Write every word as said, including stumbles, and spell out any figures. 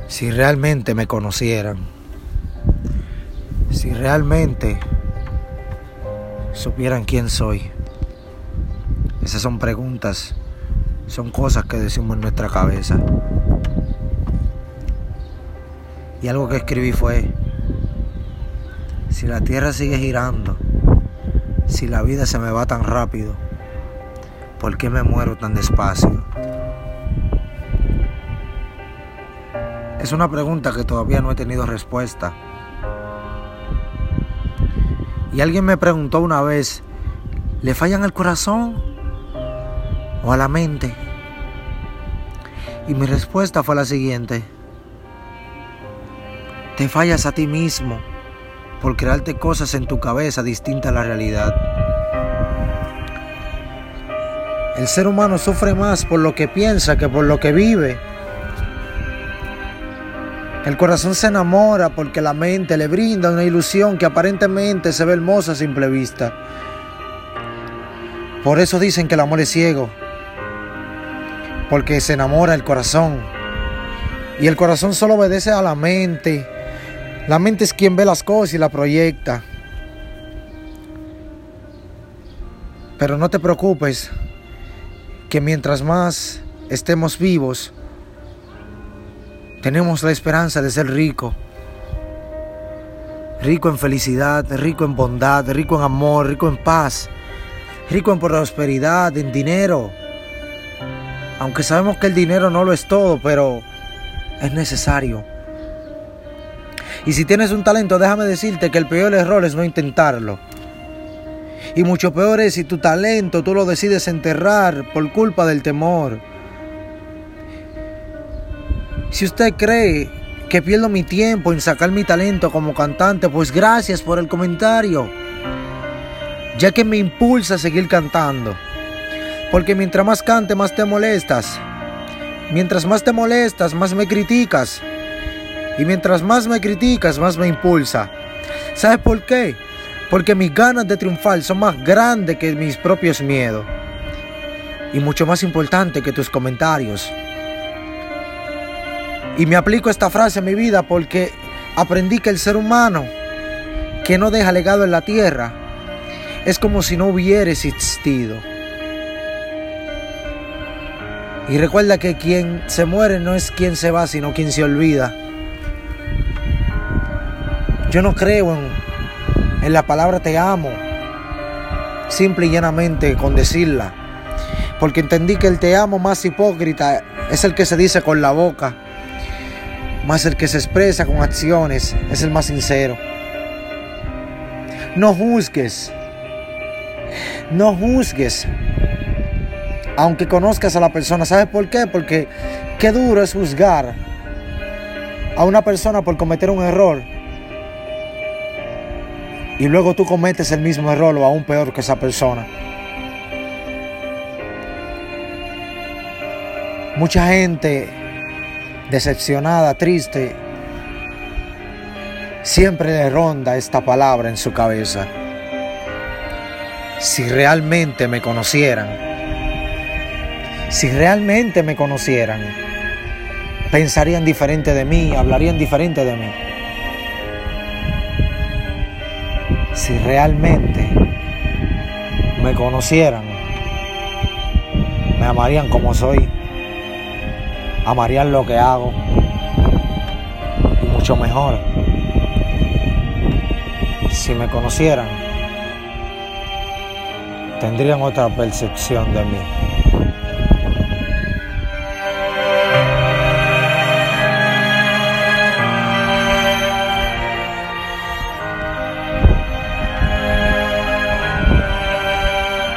Si realmente me conocieran, si realmente supieran quién soy. Esas son preguntas, son cosas que decimos en nuestra cabeza. Y algo que escribí fue: si la tierra sigue girando, si la vida se me va tan rápido, ¿por qué me muero tan despacio? Es una pregunta que todavía no he tenido respuesta. Y alguien me preguntó una vez: ¿le fallan al corazón o a la mente? Y mi respuesta fue la siguiente: te fallas a ti mismo por crearte cosas en tu cabeza distintas a la realidad. El ser humano sufre más por lo que piensa que por lo que vive. El corazón se enamora porque la mente le brinda una ilusión que aparentemente se ve hermosa a simple vista. Por eso dicen que el amor es ciego, porque se enamora el corazón. Y el corazón solo obedece a la mente. La mente es quien ve las cosas y la proyecta. Pero no te preocupes, que mientras más estemos vivos, tenemos la esperanza de ser rico. Rico en felicidad, rico en bondad, rico en amor, rico en paz, rico en prosperidad, en dinero. Aunque sabemos que el dinero no lo es todo, pero es necesario. Y si tienes un talento, déjame decirte que el peor error es no intentarlo. Y mucho peor es si tu talento tú lo decides enterrar por culpa del temor. Si usted cree que pierdo mi tiempo en sacar mi talento como cantante, pues gracias por el comentario, ya que me impulsa a seguir cantando. Porque mientras más cante, más te molestas. Mientras más te molestas, más me criticas. Y mientras más me criticas, más me impulsa. ¿Sabes por qué? Porque mis ganas de triunfar son más grandes que mis propios miedos. Y mucho más importante que tus comentarios. Y me aplico esta frase en mi vida porque aprendí que el ser humano que no deja legado en la tierra es como si no hubiera existido. Y recuerda que quien se muere no es quien se va, sino quien se olvida. Yo no creo en, en la palabra te amo, simple y llanamente con decirla. Porque entendí que el te amo más hipócrita es el que se dice con la boca. Más el que se expresa con acciones es el más sincero. No juzgues. No juzgues. Aunque conozcas a la persona. ¿Sabes por qué? Porque qué duro es juzgar a una persona por cometer un error. Y luego tú cometes el mismo error o aún peor que esa persona. Mucha gente decepcionada, triste, siempre le ronda esta palabra en su cabeza: si realmente me conocieran, si realmente me conocieran, pensarían diferente de mí, hablarían diferente de mí. Si realmente me conocieran, me amarían como soy, amarían lo que hago y mucho mejor. Si me conocieran, tendrían otra percepción de mí.